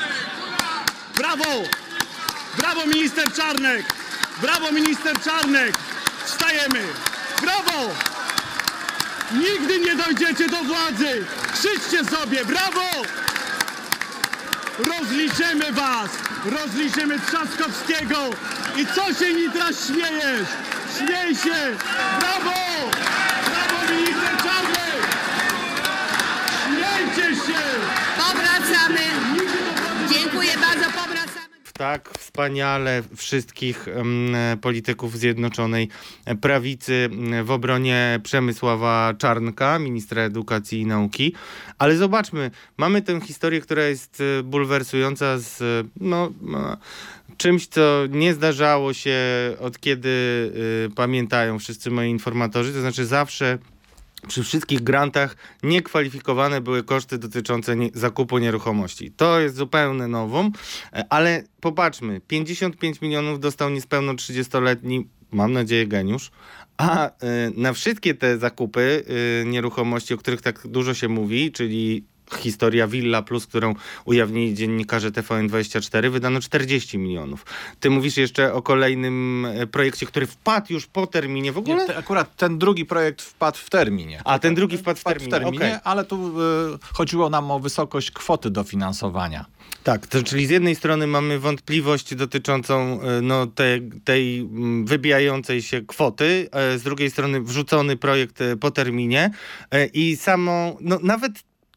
Brawo! Brawo minister Czarnek! Brawo minister Czarnek! Wstajemy! Brawo! Nigdy nie dojdziecie do władzy! Krzyczcie sobie! Brawo! Rozliczymy was! Rozliczymy Trzaskowskiego! I co się Nitra śmiejesz? Śmiej się! Brawo! Brawo minister Czarnek! Śmiejcie się! Powracamy. Dziękuję bardzo, powracamy. Tak wspaniale wszystkich um, polityków Zjednoczonej Prawicy w obronie Przemysława Czarnka, ministra edukacji i nauki. Ale zobaczmy, mamy tę historię, która jest bulwersująca z no, czymś, co nie zdarzało się od kiedy y, pamiętają wszyscy moi informatorzy, to znaczy zawsze przy wszystkich grantach niekwalifikowane były koszty dotyczące nie, zakupu nieruchomości. To jest zupełne nowum, ale popatrzmy, pięćdziesiąt pięć milionów dostał niespełna trzydziestoletni, mam nadzieję, geniusz, a y, na wszystkie te zakupy y, nieruchomości, o których tak dużo się mówi, czyli historia Villa Plus, którą ujawnili dziennikarze T V N dwadzieścia cztery, wydano czterdzieści milionów. Ty mówisz jeszcze o kolejnym projekcie, który wpadł już po terminie w ogóle? Nie, te, akurat ten drugi projekt wpadł w terminie. A ten drugi wpadł w wpadł terminie, w terminie okay. Ale tu y, chodziło nam o wysokość kwoty dofinansowania. Tak, to, czyli z jednej strony mamy wątpliwość dotyczącą no, te, tej wybijającej się kwoty, z drugiej strony wrzucony projekt po terminie i samą, no nawet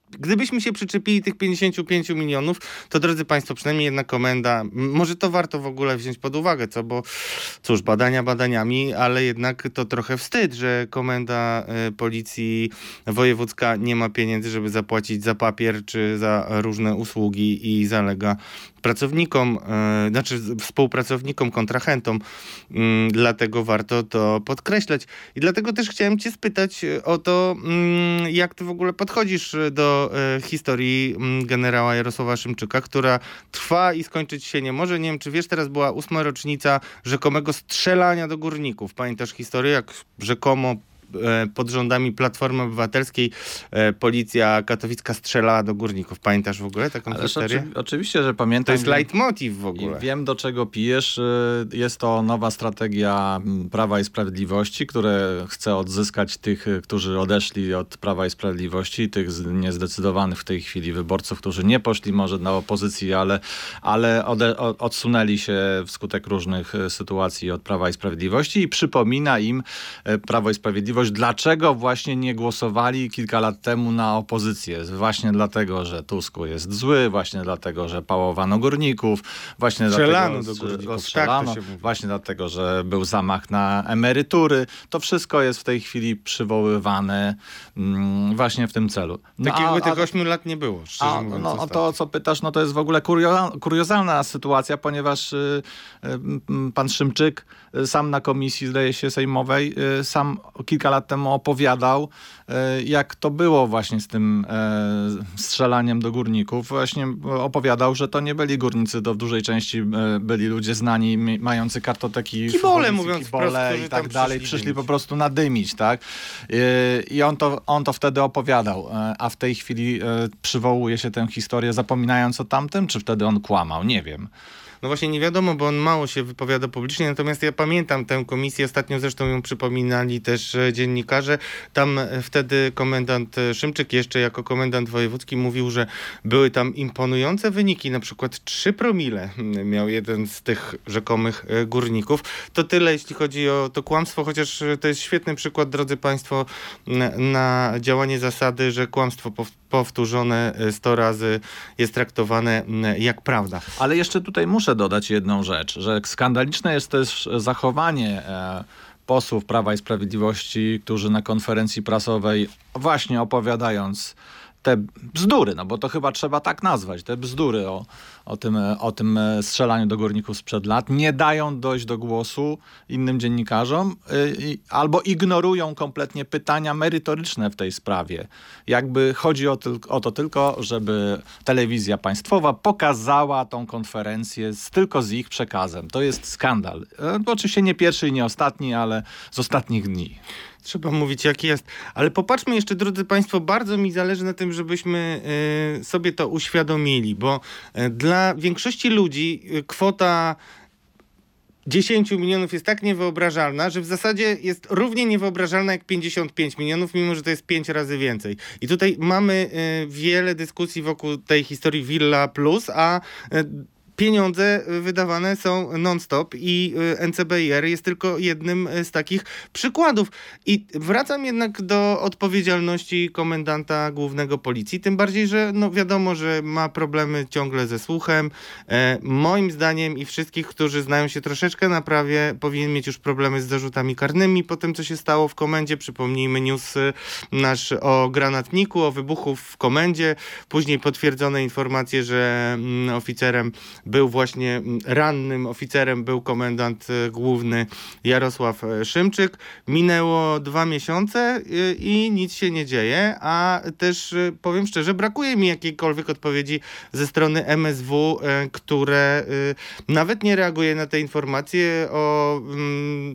gdybyśmy się przyczepili tych pięćdziesiąt pięć milionów, to drodzy państwo, przynajmniej jedna komenda, m, może to warto w ogóle wziąć pod uwagę, co, bo cóż, badania badaniami, ale jednak to trochę wstyd, że komenda y, policji wojewódzka nie ma pieniędzy, żeby zapłacić za papier, czy za różne usługi i zalega pracownikom, y, znaczy współpracownikom, kontrahentom. Y, dlatego warto to podkreślać. I dlatego też chciałem cię spytać o to, y, jak ty w ogóle podchodzisz do y, historii y, generała Jarosława Szymczyka, która trwa i skończyć się nie może. Nie wiem, czy wiesz, teraz była ósma rocznica rzekomego strzelania do górników. Pamiętasz historię, jak rzekomo pod rządami Platformy Obywatelskiej e, policja katowicka strzelała do górników. Pamiętasz w ogóle taką Ależ historię? oczy, oczywiście, że pamiętam. To jest wiem, leitmotiv w ogóle. I wiem, do czego pijesz. Jest to nowa strategia Prawa i Sprawiedliwości, które chce odzyskać tych, którzy odeszli od Prawa i Sprawiedliwości, tych niezdecydowanych w tej chwili wyborców, którzy nie poszli może na opozycji, ale, ale ode, odsunęli się wskutek różnych sytuacji od Prawa i Sprawiedliwości i przypomina im Prawo i Sprawiedliwość, dlaczego właśnie nie głosowali kilka lat temu na opozycję. Właśnie dlatego, że Tusku jest zły, właśnie dlatego, że pałowano górników, właśnie strzelano dlatego, do górników. strzelano, Tak to się mówi. właśnie dlatego, że był zamach na emerytury. To wszystko jest w tej chwili przywoływane mm, właśnie w tym celu. No, Tak jakby a, tych ośmiu lat nie było, szczerze a, mówiąc. no, ostatnio. to, o co pytasz, no to jest w ogóle kurio, kuriozalna sytuacja, ponieważ y, y, pan Szymczyk y, sam na komisji, zdaje się, sejmowej, y, sam kilka lat temu opowiadał, y, jak to było właśnie z tym y, strzelaniem do górników. Właśnie opowiadał, że to nie byli górnicy, to w dużej części y, byli ludzie znani, mi, mający kartoteki, Kibole, w mówiąc kibole wprost, którzy i tak tam dalej. przyszli Przyszli dymić. po prostu nadymić, tak? Y, I on to, on to wtedy opowiadał, y, a w tej chwili y, przywołuje się tę historię, zapominając o tamtym, czy wtedy on kłamał? Nie wiem. No właśnie nie wiadomo, bo on mało się wypowiada publicznie, natomiast ja pamiętam tę komisję, ostatnio zresztą ją przypominali też e, dziennikarze. Tam e, wtedy komendant e, Szymczyk jeszcze jako komendant wojewódzki mówił, że były tam imponujące wyniki, na przykład trzy promile miał jeden z tych rzekomych e, górników. To tyle, jeśli chodzi o to kłamstwo, chociaż e, to jest świetny przykład, drodzy państwo, na, na działanie zasady, że kłamstwo pow- powtórzone sto razy jest traktowane m, jak prawda. Ale jeszcze tutaj muszę dodać jedną rzecz, że skandaliczne jest też zachowanie e, posłów Prawa i Sprawiedliwości, którzy na konferencji prasowej właśnie opowiadając te bzdury, no bo to chyba trzeba tak nazwać, te bzdury o, o, tym, o tym strzelaniu do górników sprzed lat, nie dają dojść do głosu innym dziennikarzom y, y, albo ignorują kompletnie pytania merytoryczne w tej sprawie. Jakby chodzi o, tyl- o to tylko, żeby telewizja państwowa pokazała tą konferencję z, tylko z ich przekazem. To jest skandal. Y, oczywiście nie pierwszy i nie ostatni, ale z ostatnich dni. Trzeba mówić jak jest. Ale popatrzmy jeszcze, drodzy państwo, bardzo mi zależy na tym, żebyśmy y, sobie to uświadomili, bo y, dla większości ludzi y, kwota dziesięć milionów jest tak niewyobrażalna, że w zasadzie jest równie niewyobrażalna jak pięćdziesiąt pięć milionów, mimo że to jest pięć razy więcej. I tutaj mamy y, wiele dyskusji wokół tej historii Villa Plus, a y, pieniądze wydawane są non-stop i N C B I R jest tylko jednym z takich przykładów. I wracam jednak do odpowiedzialności komendanta głównego policji, tym bardziej, że no wiadomo, że ma problemy ciągle ze słuchem. E, moim zdaniem i wszystkich, którzy znają się troszeczkę na prawie, powinien mieć już problemy z zarzutami karnymi po tym, co się stało w komendzie. Przypomnijmy news nasz o granatniku, o wybuchu w komendzie. Później potwierdzone informacje, że mm, oficerem był właśnie rannym oficerem, był komendant główny Jarosław Szymczyk. Minęło dwa miesiące i nic się nie dzieje, a też powiem szczerze, brakuje mi jakiejkolwiek odpowiedzi ze strony M S W, które nawet nie reaguje na te informacje o mm,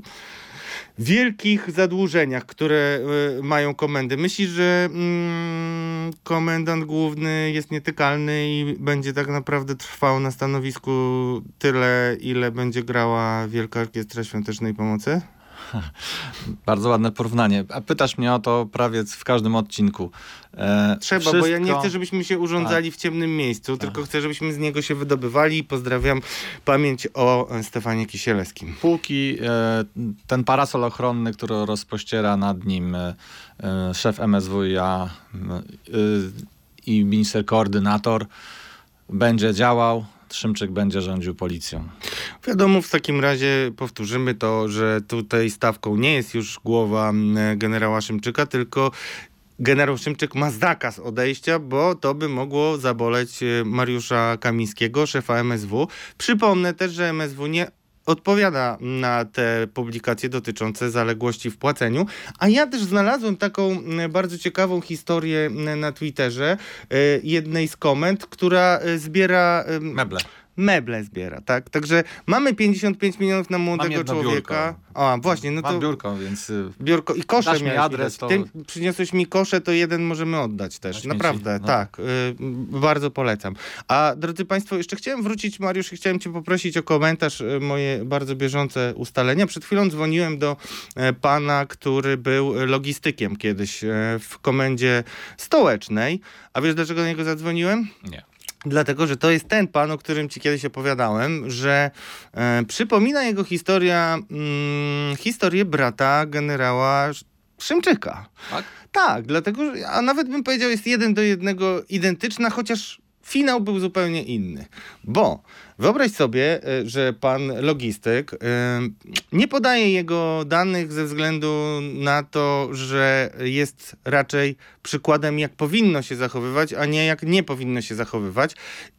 wielkich zadłużeniach, które y, mają komendy. Myślisz, że mm, komendant główny jest nietykalny i będzie tak naprawdę trwał na stanowisku tyle, ile będzie grała Wielka Orkiestra Świątecznej Pomocy? Bardzo ładne porównanie. A pytasz mnie o to prawie w każdym odcinku. E, Trzeba, wszystko... bo ja nie chcę, żebyśmy się urządzali w ciemnym miejscu, tylko chcę, żebyśmy z niego się wydobywali. Pozdrawiam pamięć o Stefanie Kisielewskim. Póki e, ten parasol ochronny, który rozpościera nad nim e, szef M S W, ja, e, i minister koordynator będzie działał, Szymczyk będzie rządził policją. Wiadomo, w takim razie powtórzymy to, że tutaj stawką nie jest już głowa generała Szymczyka, tylko generał Szymczyk ma zakaz odejścia, bo to by mogło zaboleć Mariusza Kamińskiego, szefa M S W. Przypomnę też, że M S W nie odpowiada na te publikacje dotyczące zaległości w płaceniu. A ja też znalazłem taką bardzo ciekawą historię na Twitterze jednej z komend, która zbiera... Meble. Meble zbiera, tak? Także mamy pięćdziesiąt pięć milionów na młodego człowieka. Biurko. A, właśnie, no to... Mam biurko, więc... Biurko i kosze dasz mi miałeś adres, to... Ty przyniosłeś mi kosze, to jeden możemy oddać też. Śmieci. Naprawdę, No. tak. Y, bardzo polecam. A drodzy Państwo, jeszcze chciałem wrócić, Mariusz, i chciałem Cię poprosić o komentarz, y, moje bardzo bieżące ustalenia. Przed chwilą dzwoniłem do y, pana, który był logistykiem kiedyś y, w komendzie stołecznej. A wiesz, dlaczego do niego zadzwoniłem? Nie. Dlatego, że to jest ten pan, o którym ci kiedyś opowiadałem, że e, przypomina jego historia, mm, historię brata generała Szymczyka. Tak? Tak, dlatego, że, a nawet bym powiedział, jest jeden do jednego identyczna, chociaż finał był zupełnie inny. Bo wyobraź sobie, że pan logistyk y, nie podaje jego danych ze względu na to, że jest raczej przykładem, jak powinno się zachowywać, a nie jak nie powinno się zachowywać.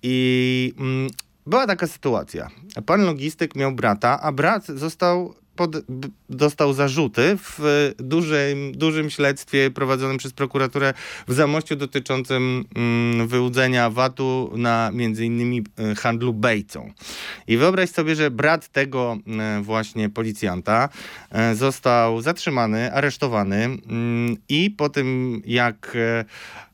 I mm, była taka sytuacja. Pan logistyk miał brata, a brat został Pod, b, dostał zarzuty w dużym, dużym śledztwie prowadzonym przez prokuraturę w Zamościu dotyczącym mm, wyłudzenia V A T-u na między innymi y, handlu bejcą. I wyobraź sobie, że brat tego y, właśnie policjanta y, został zatrzymany, aresztowany y, i po tym jak y,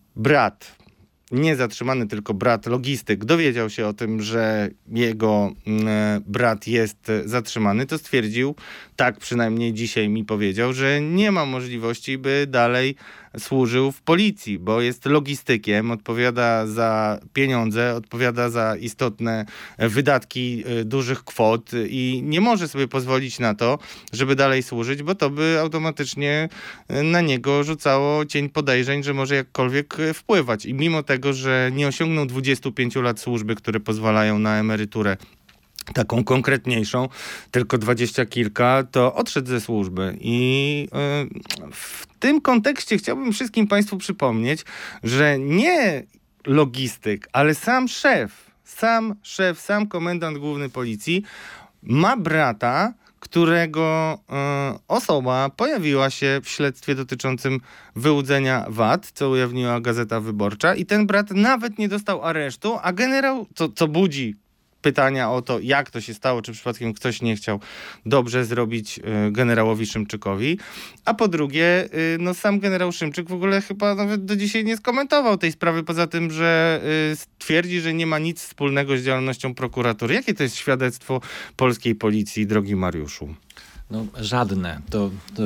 brat nie zatrzymany, tylko brat logistyk dowiedział się o tym, że jego e, brat jest zatrzymany, to stwierdził, tak przynajmniej dzisiaj mi powiedział, że nie ma możliwości, by dalej służył w policji, bo jest logistykiem, odpowiada za pieniądze, odpowiada za istotne wydatki e, dużych kwot i nie może sobie pozwolić na to, żeby dalej służyć, bo to by automatycznie na niego rzucało cień podejrzeń, że może jakkolwiek wpływać. I mimo tego, że nie osiągnął dwudziestu pięciu lat służby, które pozwalają na emeryturę taką konkretniejszą, tylko dwadzieścia kilka, to odszedł ze służby. I yy, w tym kontekście chciałbym wszystkim Państwu przypomnieć, że nie logistyk, ale sam szef, sam szef, sam komendant główny policji ma brata, którego y, osoba pojawiła się w śledztwie dotyczącym wyłudzenia V A T, co ujawniła Gazeta Wyborcza, i ten brat nawet nie dostał aresztu, a generał, co, co budzi pytania o to, jak to się stało, czy przypadkiem ktoś nie chciał dobrze zrobić y, generałowi Szymczykowi, a po drugie, y, no sam generał Szymczyk w ogóle chyba nawet do dzisiaj nie skomentował tej sprawy, poza tym, że y, twierdzi, że nie ma nic wspólnego z działalnością prokuratury. Jakie to jest świadectwo polskiej policji, drogi Mariuszu? No żadne. To, to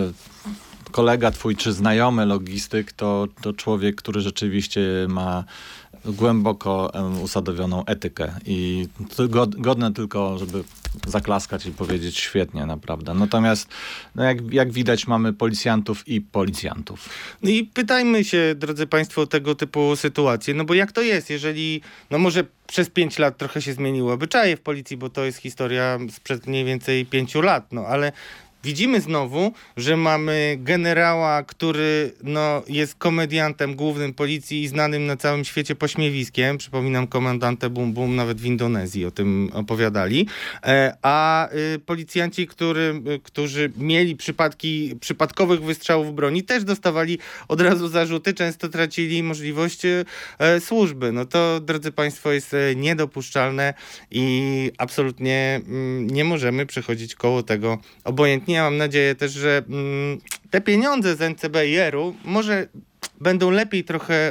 kolega twój czy znajomy logistyk to, to człowiek, który rzeczywiście ma głęboko um, usadowioną etykę i to god, godne tylko, żeby zaklaskać i powiedzieć świetnie, naprawdę. Natomiast no jak, jak widać, mamy policjantów i policjantów. No i pytajmy się, drodzy Państwo, o tego typu sytuacje, no bo jak to jest, jeżeli, no może przez pięć lat trochę się zmieniły obyczaje w policji, bo to jest historia sprzed mniej więcej pięciu lat, no ale widzimy znowu, że mamy generała, który no, jest komediantem głównym policji i znanym na całym świecie pośmiewiskiem. Przypominam komendantę Bum Bum, nawet w Indonezji o tym opowiadali. E, a y, policjanci, który, y, którzy mieli przypadki przypadkowych wystrzałów broni, też dostawali od razu zarzuty, często tracili możliwość y, e, służby. No to, drodzy Państwo, jest y, niedopuszczalne i absolutnie y, nie możemy przechodzić koło tego obojętnie. Ja mam nadzieję też, że mm, te pieniądze z N C B I R-u może będą lepiej trochę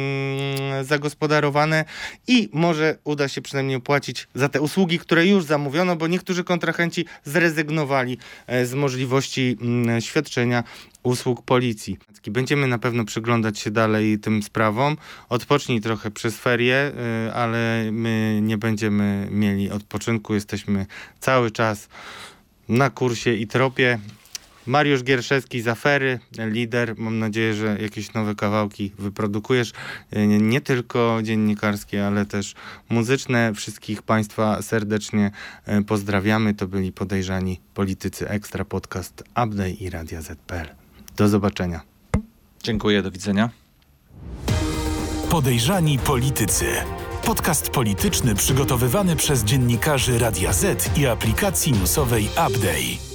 mm, zagospodarowane i może uda się przynajmniej opłacić za te usługi, które już zamówiono, bo niektórzy kontrahenci zrezygnowali e, z możliwości mm, świadczenia usług policji. Będziemy na pewno przyglądać się dalej tym sprawom. Odpocznij trochę przez ferie, y, ale my nie będziemy mieli odpoczynku. Jesteśmy cały czas na kursie i tropie. Mariusz Gierszewski z Afery, lider. Mam nadzieję, że jakieś nowe kawałki wyprodukujesz. Nie, nie tylko dziennikarskie, ale też muzyczne. Wszystkich Państwa serdecznie pozdrawiamy. To byli Podejrzani Politycy Ekstra, podcast Update i Radia Z kropka P L. Do zobaczenia. Dziękuję, do widzenia. Podejrzani Politycy. Podcast polityczny przygotowywany przez dziennikarzy Radia Z i aplikacji newsowej Update.